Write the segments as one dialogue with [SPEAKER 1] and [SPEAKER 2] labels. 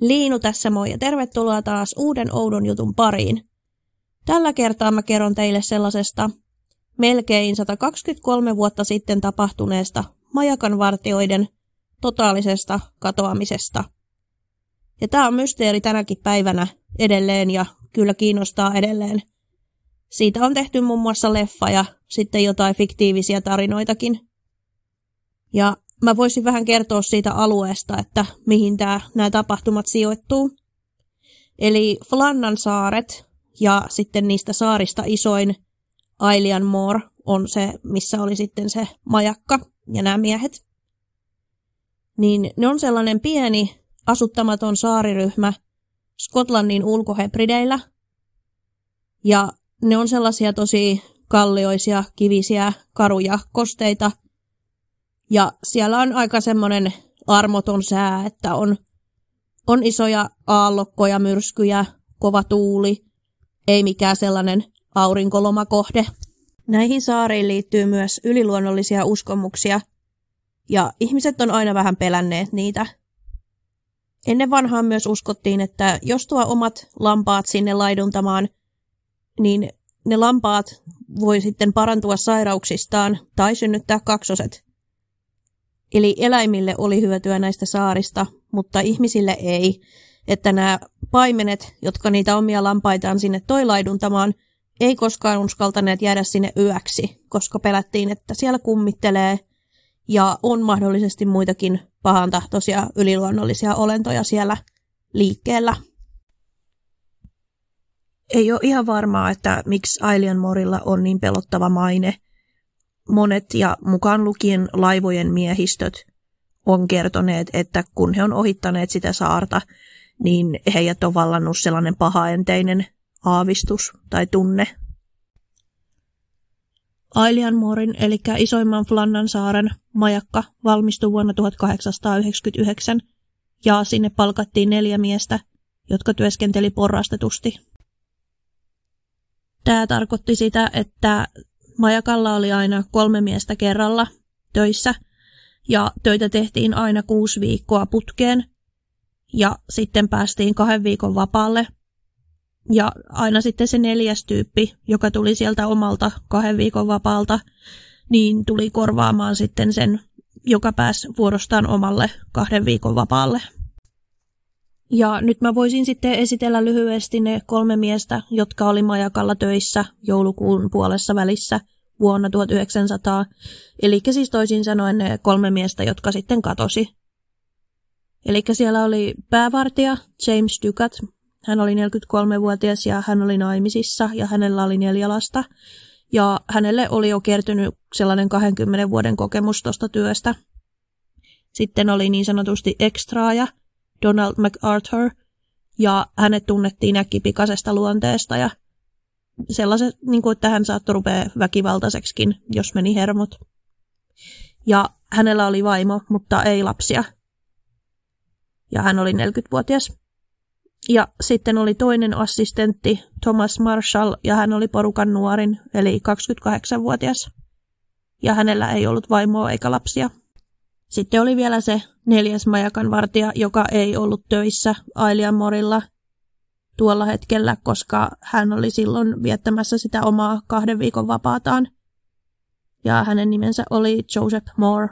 [SPEAKER 1] Liinu tässä moi ja tervetuloa taas uuden oudon jutun pariin. Tällä kertaa mä kerron teille sellaisesta melkein 123 vuotta sitten tapahtuneesta majakanvartijoiden totaalisesta katoamisesta. Ja tää on mysteeri tänäkin päivänä edelleen ja kyllä kiinnostaa edelleen. Siitä on tehty muun muassa leffa ja sitten jotain fiktiivisiä tarinoitakin. Ja mä voisin vähän kertoa siitä alueesta, että mihin nämä tapahtumat sijoittuu. Eli Flannan saaret ja sitten niistä saarista isoin Isle More on se, missä oli sitten se majakka ja nämä miehet. Niin ne on sellainen pieni asuttamaton saariryhmä Skotlannin ulkohebrideillä. Ja ne on sellaisia tosi kallioisia, kivisiä, karuja kosteita. Ja siellä on aika semmoinen armoton sää, että on isoja aallokkoja, myrskyjä, kova tuuli, ei mikään sellainen aurinkolomakohde. Näihin saariin liittyy myös yliluonnollisia uskomuksia, ja ihmiset on aina vähän pelänneet niitä. Ennen vanhaan myös uskottiin, että jos tuo omat lampaat sinne laiduntamaan, niin ne lampaat voi sitten parantua sairauksistaan tai synnyttää kaksoset. Eli eläimille oli hyötyä näistä saarista, mutta ihmisille ei, että nämä paimenet, jotka niitä omia lampaitaan sinne toi laiduntamaan, ei koskaan uskaltaneet jäädä sinne yöksi, koska pelättiin, että siellä kummittelee ja on mahdollisesti muitakin pahantahtoisia yliluonnollisia olentoja siellä liikkeellä. Ei ole ihan varmaa, että miksi Isle Morella on niin pelottava maine. Monet ja mukaan lukien laivojen miehistöt on kertoneet, että kun he on ohittaneet sitä saarta, niin heidät on vallannut sellainen pahaenteinen aavistus tai tunne. Isle Moren, eli isoimman Flannan saaren majakka, valmistui vuonna 1899 ja sinne palkattiin 4 miestä, jotka työskenteli porrastetusti. Tämä tarkoitti sitä, että majakalla oli aina 3 miestä kerralla töissä ja töitä tehtiin aina 6 viikkoa putkeen ja sitten päästiin 2 viikon vapaalle. Ja aina sitten se 4. tyyppi, joka tuli sieltä omalta 2 viikon vapaalta, niin tuli korvaamaan sitten sen, joka pääsi vuorostaan omalle 2 viikon vapaalle. Ja nyt mä voisin sitten esitellä lyhyesti ne 3 miestä, jotka oli majakalla töissä joulukuun puolessa välissä vuonna 1900. Eli siis toisin sanoen ne 3 miestä, jotka sitten katosi. Eli siellä oli päävartija James Ducat. Hän oli 43-vuotias ja hän oli naimisissa ja hänellä oli 4 lasta. Ja hänelle oli jo kertynyt sellainen 20 vuoden kokemus tuosta työstä. Sitten oli niin sanotusti ekstraaja Donald MacArthur, ja hänet tunnettiin äkkipikaisesta luonteesta ja sellaiset, niin kuin, että hän saattoi rupea väkivaltaiseksikin, jos meni hermot. Ja hänellä oli vaimo, mutta ei lapsia. Ja hän oli 40-vuotias. Ja sitten oli toinen assistentti, Thomas Marshall, ja hän oli porukan nuorin, eli 28-vuotias. Ja hänellä ei ollut vaimoa eikä lapsia. Sitten oli vielä se 4. majakanvartija, joka ei ollut töissä Isle Morella tuolla hetkellä, koska hän oli silloin viettämässä sitä omaa 2 viikon vapaataan. Ja hänen nimensä oli Joseph Moore.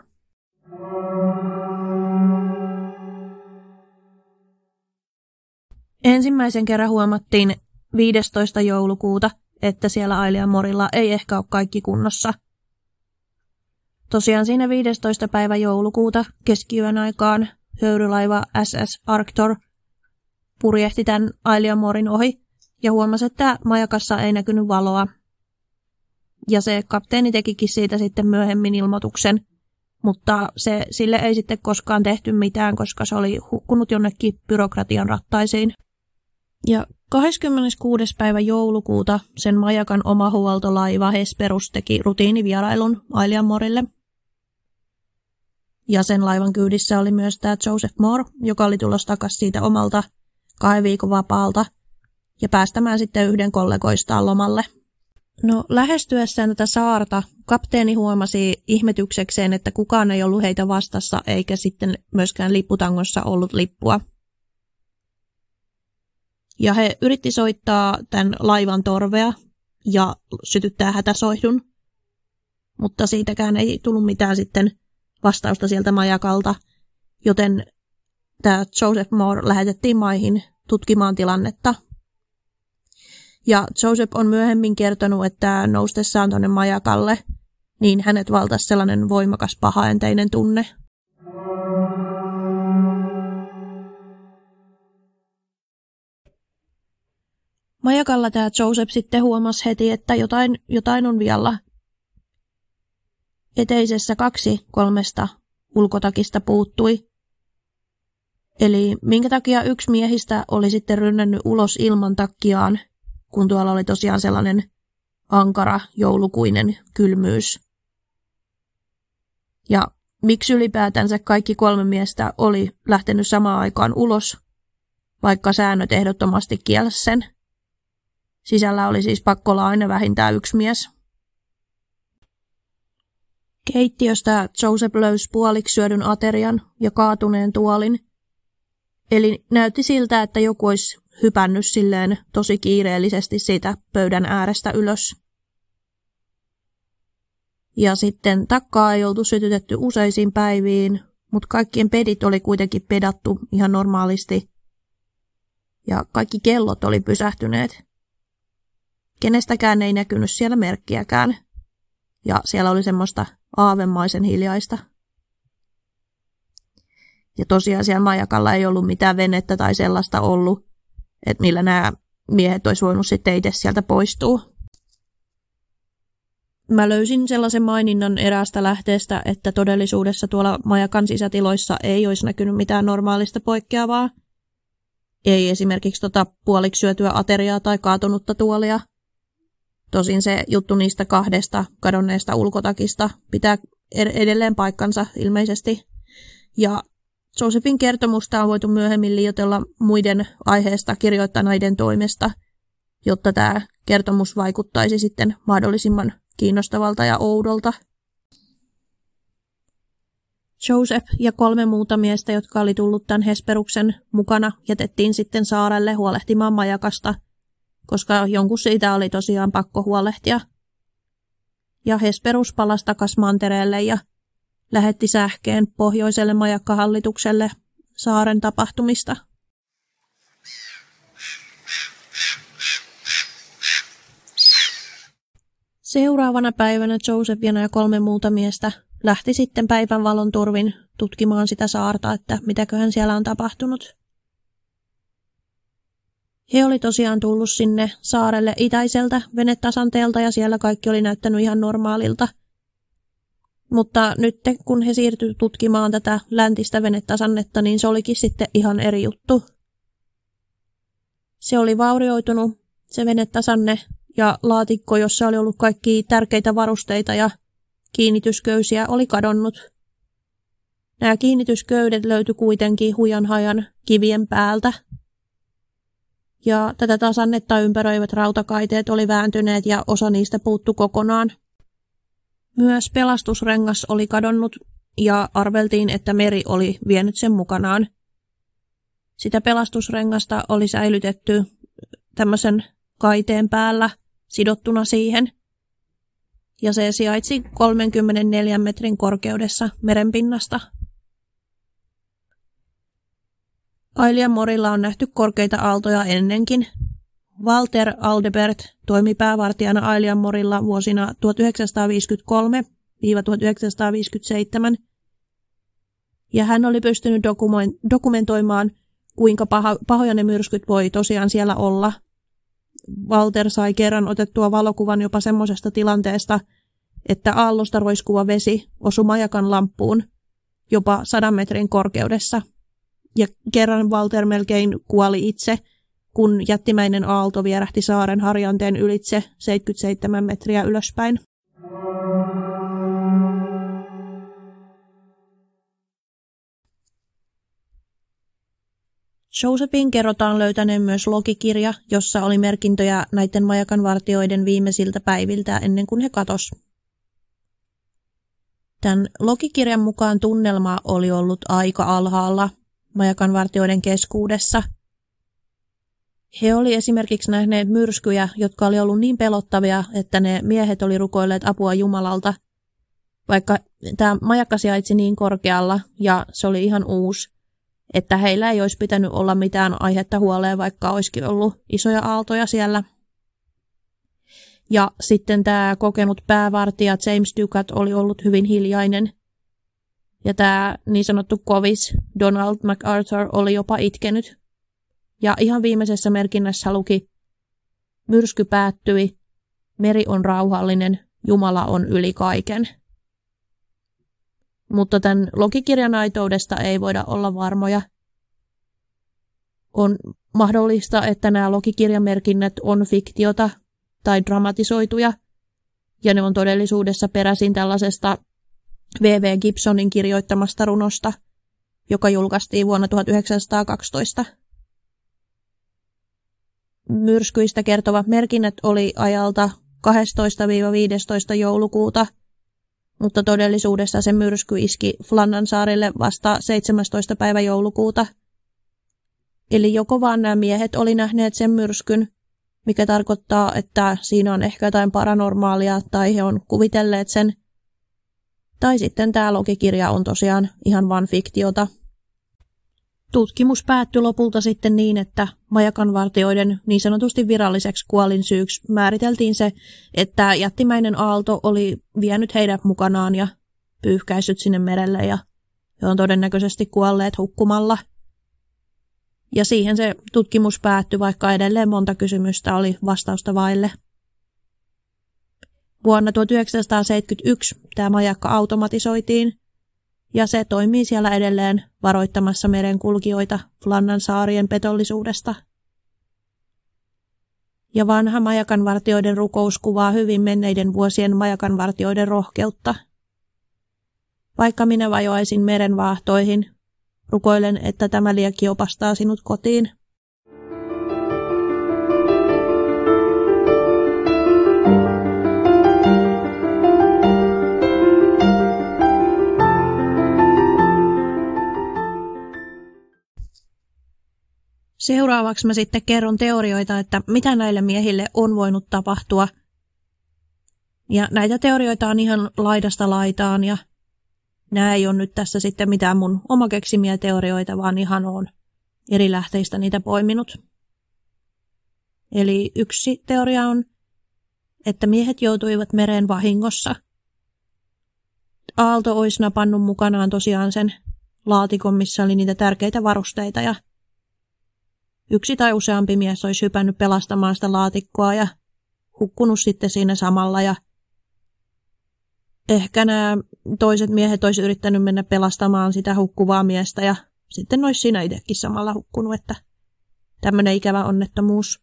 [SPEAKER 1] Ensimmäisen kerran huomattiin 15. joulukuuta, että siellä Isle Morella ei ehkä ole kaikki kunnossa. Tosiaan siinä 15. päivä joulukuuta keskiyön aikaan höyrylaiva SS Arctor purjehti tämän Isle Moren ohi ja huomasi, että majakassa ei näkynyt valoa. Ja se kapteeni tekikin siitä sitten myöhemmin ilmoituksen, mutta sille ei sitten koskaan tehty mitään, koska se oli hukkunut jonnekin byrokratian rattaisiin. Ja 26. päivä joulukuuta sen majakan oma huoltolaiva Hesperus teki rutiinivierailun Isle Morelle. Ja sen laivan kyydissä oli myös tämä Joseph Moore, joka oli tulossa takaisin siitä omalta 2 viikon vapaalta ja päästämään sitten yhden kollegoistaan lomalle. No lähestyessään tätä saarta kapteeni huomasi ihmetyksekseen, että kukaan ei ollut heitä vastassa eikä sitten myöskään lipputangossa ollut lippua. Ja he yritti soittaa tämän laivan torvea ja sytyttää hätäsoihdun, mutta siitäkään ei tullut mitään sitten vastausta sieltä majakalta, joten tämä Joseph Moore lähetettiin maihin tutkimaan tilannetta. Ja Joseph on myöhemmin kertonut, että noustessaan tuonne majakalle, niin hänet valtasi sellainen voimakas pahaenteinen tunne. Majakalla tämä Joseph sitten huomasi heti, että jotain on vialla. Eteisessä 2/3 ulkotakista puuttui. Eli minkä takia yksi miehistä oli sitten rynnännyt ulos ilman takkiaan, kun tuolla oli tosiaan sellainen ankara joulukuinen kylmyys. Ja miksi ylipäätänsä kaikki 3 miestä oli lähtenyt samaan aikaan ulos, vaikka säännöt ehdottomasti kielsi sen. Sisällä oli siis pakko olla aina vähintään 1 mies. Keittiöstä Joseph löysi puoliksi syödyn aterian ja kaatuneen tuolin. Eli näytti siltä, että joku olisi hypännyt silleen tosi kiireellisesti siitä pöydän äärestä ylös. Ja sitten takkaa ei oltu sytytetty useisiin päiviin, mutta kaikkien pedit oli kuitenkin pedattu ihan normaalisti. Ja kaikki kellot oli pysähtyneet. Kenestäkään ei näkynyt siellä merkkiäkään. Ja siellä oli semmoista aavemaisen hiljaista. Ja tosiaan siellä majakalla ei ollut mitään venettä tai sellaista ollut, että millä nämä miehet olisi voinut sitten itse sieltä poistua. Mä löysin sellaisen maininnan eräästä lähteestä, että todellisuudessa tuolla majakan sisätiloissa ei olisi näkynyt mitään normaalista poikkeavaa. Ei esimerkiksi puoliksi syötyä ateriaa tai kaatunutta tuolia. Tosin se juttu niistä 2 kadonneesta ulkotakista pitää edelleen paikkansa ilmeisesti. Ja Josephin kertomusta on voitu myöhemmin liioitella muiden aiheesta kirjoittaneiden toimesta, jotta tämä kertomus vaikuttaisi sitten mahdollisimman kiinnostavalta ja oudolta. Joseph ja 3 muuta miestä, jotka oli tullut tämän Hesperuksen mukana, jätettiin sitten saarelle huolehtimaan majakasta, koska jonkun siitä oli tosiaan pakko huolehtia. Ja Hesperus palasi takaisin mantereelle ja lähetti sähkeen pohjoiselle majakkahallitukselle saaren tapahtumista. Seuraavana päivänä Joseph ja nämä 3 muuta miestä lähti sitten päivänvalon turvin tutkimaan sitä saarta, että mitäköhän siellä on tapahtunut. He oli tosiaan tullut sinne saarelle itäiseltä venetasanteelta ja siellä kaikki oli näyttänyt ihan normaalilta. Mutta nyt kun he siirtyivät tutkimaan tätä läntistä venetasannetta, niin se olikin sitten ihan eri juttu. Se oli vaurioitunut, se venetasanne ja laatikko, jossa oli ollut kaikki tärkeitä varusteita ja kiinnitysköysiä, oli kadonnut. Nämä kiinnitysköydet löytyi kuitenkin hujanhajan kivien päältä. Ja tätä tasannetta ympäröivät rautakaiteet oli vääntyneet ja osa niistä puuttui kokonaan. Myös pelastusrengas oli kadonnut ja arveltiin, että meri oli vienyt sen mukanaan. Sitä pelastusrengasta oli säilytetty tämmöisen kaiteen päällä sidottuna siihen. Ja se sijaitsi 34 metrin korkeudessa merenpinnasta. Ailian Morilla on nähty korkeita aaltoja ennenkin. Walter Aldebert toimi päävartijana Ailian Morilla vuosina 1953–1957, ja hän oli pystynyt dokumentoimaan, kuinka pahoja ne myrskyt voi tosiaan siellä olla. Walter sai kerran otettua valokuvan jopa semmoisesta tilanteesta, että aallosta roiskuva vesi osui majakan lamppuun jopa 100 metrin korkeudessa. Ja kerran Walter melkein kuoli itse, kun jättimäinen aalto vierähti saaren harjanteen ylitse 77 metriä ylöspäin. Josephin kerrotaan löytäneen myös logikirja, jossa oli merkintöjä näiden majakan vartijoiden viimeisiltä päiviltä ennen kuin he katos. Tämän logikirjan mukaan tunnelma oli ollut aika alhaalla majakan vartijoiden keskuudessa. He oli esimerkiksi nähneet myrskyjä, jotka oli ollut niin pelottavia, että ne miehet oli rukoilleet apua Jumalalta, vaikka tämä majakka sijaitsi niin korkealla ja se oli ihan uusi, että heillä ei olisi pitänyt olla mitään aihetta huoleen, vaikka olisikin ollut isoja aaltoja siellä. Ja sitten tämä kokenut päävartija James Ducat oli ollut hyvin hiljainen. Ja tämä niin sanottu kovis Donald MacArthur oli jopa itkenyt. Ja ihan viimeisessä merkinnässä luki: myrsky päättyi, meri on rauhallinen, Jumala on yli kaiken. Mutta tämän logikirjan aitoudesta ei voida olla varmoja. On mahdollista, että nämä logikirjamerkinnät on fiktiota tai dramatisoituja, ja ne on todellisuudessa peräisin tällaisesta V.V. Gibsonin kirjoittamasta runosta, joka julkaistiin vuonna 1912. Myrskyistä kertovat merkinnät oli ajalta 12-15 joulukuuta, mutta todellisuudessa se myrsky iski Flannansaarille vasta 17. päivä joulukuuta. Eli joko vaan nämä miehet oli nähneet sen myrskyn, mikä tarkoittaa, että siinä on ehkä jotain paranormaalia tai he on kuvitelleet sen, tai sitten tämä logikirja on tosiaan ihan vain fiktiota. Tutkimus päättyi lopulta sitten niin, että majakanvartijoiden niin sanotusti viralliseksi kuolinsyyksi määriteltiin se, että jättimäinen aalto oli vienyt heidät mukanaan ja pyyhkäissyt sinne merelle ja he on todennäköisesti kuolleet hukkumalla. Ja siihen se tutkimus päättyi, vaikka edelleen monta kysymystä oli vastausta vaille. Vuonna 1971 tämä majakka automatisoitiin, ja se toimii siellä edelleen varoittamassa merenkulkijoita Flannansaarien petollisuudesta. Ja vanha majakanvartijoiden rukous kuvaa hyvin menneiden vuosien majakanvartijoiden rohkeutta. Vaikka minä vajoaisin meren vaahtoihin, rukoilen, että tämä liekki opastaa sinut kotiin. Seuraavaksi mä sitten kerron teorioita, että mitä näille miehille on voinut tapahtua. Ja näitä teorioita on ihan laidasta laitaan ja nämä ei ole nyt tässä sitten mitään mun omakeksimiä teorioita, vaan ihan on eri lähteistä niitä poiminut. Eli yksi teoria on, että miehet joutuivat mereen vahingossa. Aalto olisi napannut mukanaan tosiaan sen laatikon, missä oli niitä tärkeitä varusteita ja yksi tai useampi mies olisi hypännyt pelastamaan sitä laatikkoa ja hukkunut sitten siinä samalla. Ja ehkä nämä toiset miehet olisi yrittänyt mennä pelastamaan sitä hukkuvaa miestä ja sitten olisi siinä itsekin samalla hukkunut, että tämmöinen ikävä onnettomuus.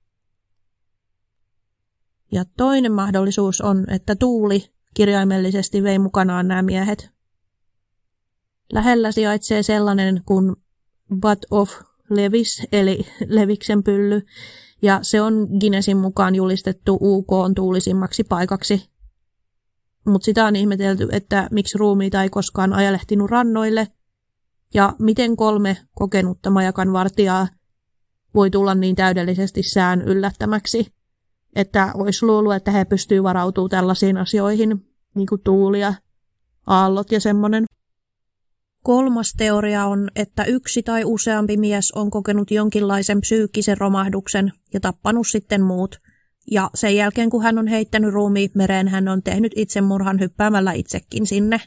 [SPEAKER 1] Ja toinen mahdollisuus on, että tuuli kirjaimellisesti vei mukanaan nämä miehet. Lähellä sijaitsee sellainen kuin Butt of Lewis, eli Leviksen pylly, ja se on Guinnessin mukaan julistettu UK:n tuulisimmaksi paikaksi. Mutta sitä on ihmetelty, että miksi ruumiita ei koskaan ajelehtinut rannoille, ja miten 3 kokenutta majakanvartijaa voi tulla niin täydellisesti sään yllättämäksi, että olisi luullut, että he pystyvät varautumaan tällaisiin asioihin, niin kuin tuulia, aallot ja semmoinen. Kolmas teoria on, että yksi tai useampi mies on kokenut jonkinlaisen psyykkisen romahduksen ja tappanut sitten muut. Ja sen jälkeen, kun hän on heittänyt ruumiit mereen, hän on tehnyt itsemurhan hyppäämällä itsekin sinne.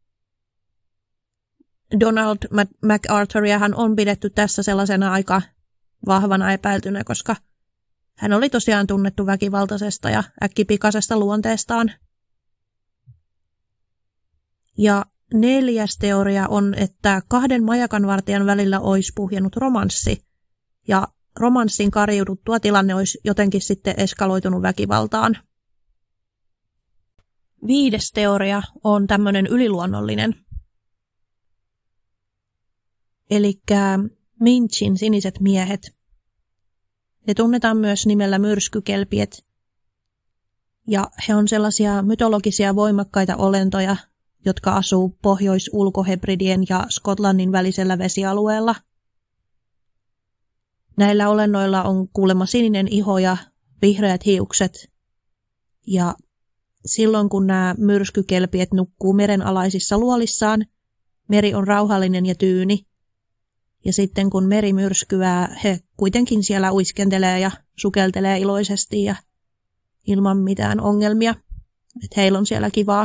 [SPEAKER 1] Donald MacArthuria hän on pidetty tässä sellaisena aika vahvana epäiltynä, koska hän oli tosiaan tunnettu väkivaltaisesta ja äkkipikaisesta luonteestaan. Ja 4. teoria on, että 2 majakanvartijan välillä olisi puhjennut romanssi, ja romanssin kariuduttua tilanne olisi jotenkin sitten eskaloitunut väkivaltaan. 5. teoria on tämmöinen yliluonnollinen. Elikkä Minchin siniset miehet. Ne tunnetaan myös nimellä myrskykelpiet, ja he on sellaisia mytologisia voimakkaita olentoja, jotka asuu Pohjois-Ulko-Hebridien ja Skotlannin välisellä vesialueella. Näillä olennoilla on kuulemma sininen iho ja vihreät hiukset. Ja silloin kun nämä myrskykelpiet nukkuu merenalaisissa luolissaan, meri on rauhallinen ja tyyni. Ja sitten kun meri myrskyää, he kuitenkin siellä uiskentelee ja sukeltelee iloisesti ja ilman mitään ongelmia. Että heillä on siellä kivaa.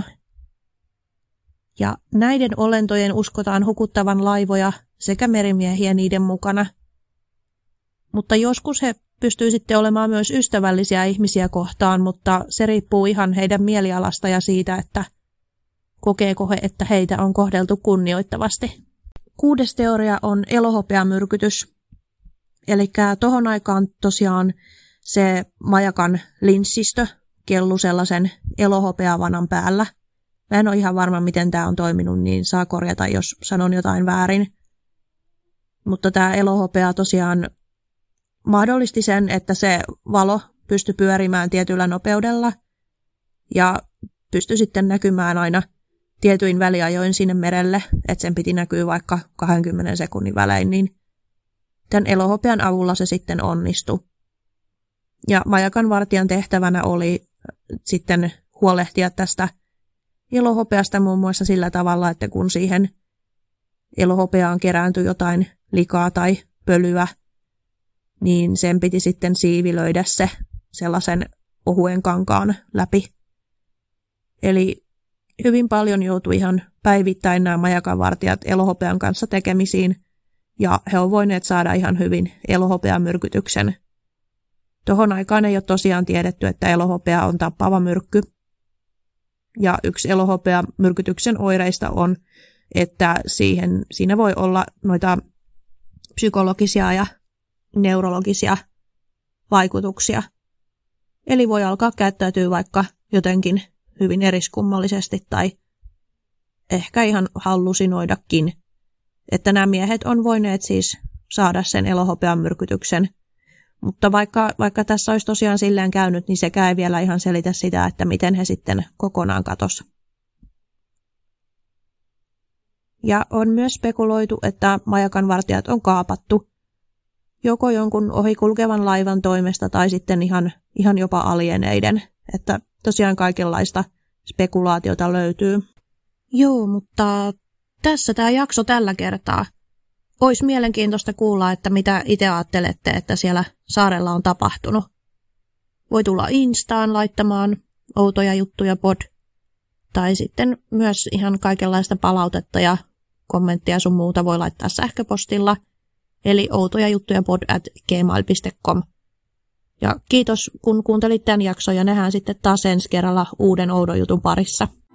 [SPEAKER 1] Ja näiden olentojen uskotaan hukuttavan laivoja sekä merimiehiä niiden mukana. Mutta joskus he pystyy sitten olemaan myös ystävällisiä ihmisiä kohtaan, mutta se riippuu ihan heidän mielialasta ja siitä, että kokeeko he, että heitä on kohdeltu kunnioittavasti. 6. teoria on elohopeamyrkytys. Eli tohon aikaan tosiaan se majakan linssistö kellu sellaisen elohopeavanan päällä. Mä en ole ihan varma, miten tämä on toiminut, niin saa korjata, jos sanon jotain väärin. Mutta tämä elohopea tosiaan mahdollisti sen, että se valo pystyi pyörimään tietyllä nopeudella ja pystyi sitten näkymään aina tietyin väliajoin sinne merelle, että sen piti näkyä vaikka 20 sekunnin välein, niin tämän elohopean avulla se sitten onnistui. Ja majakan vartijan tehtävänä oli sitten huolehtia tästä elohopeasta muun muassa sillä tavalla, että kun siihen elohopeaan kerääntyi jotain likaa tai pölyä, niin sen piti sitten siivilöidä se sellaisen ohuen kankaan läpi. Eli hyvin paljon joutui ihan päivittäin nämä majakanvartijat elohopean kanssa tekemisiin, ja he ovat voineet saada ihan hyvin elohopeamyrkytyksen. Tohon aikaan ei ole tosiaan tiedetty, että elohopea on tappava myrkky. Ja yksi elohopeamyrkytyksen oireista on, että siinä voi olla noita psykologisia ja neurologisia vaikutuksia. Eli voi alkaa käyttäytyä vaikka jotenkin hyvin eriskummallisesti tai ehkä ihan hallusinoidakin. Että nämä miehet on voineet siis saada sen elohopeamyrkytyksen. Mutta vaikka tässä olisi tosiaan silleen käynyt, niin sekään ei vielä ihan selitä sitä, että miten he sitten kokonaan katosi. Ja on myös spekuloitu, että majakanvartijat on kaapattu joko jonkun ohikulkevan laivan toimesta tai sitten ihan jopa alieneiden. Että tosiaan kaikenlaista spekulaatiota löytyy. Joo, mutta tässä tämä jakso tällä kertaa. Olisi mielenkiintoista kuulla, että mitä itse ajattelette, että siellä saarella on tapahtunut. Voi tulla Instaan laittamaan outoja juttuja pod. Tai sitten myös ihan kaikenlaista palautetta ja kommenttia sun muuta voi laittaa sähköpostilla. Eli outojajuttuja@gmail.com. Ja kiitos kun kuuntelit tämän jakson ja nähdään sitten taas ensi kerralla uuden oudon jutun parissa.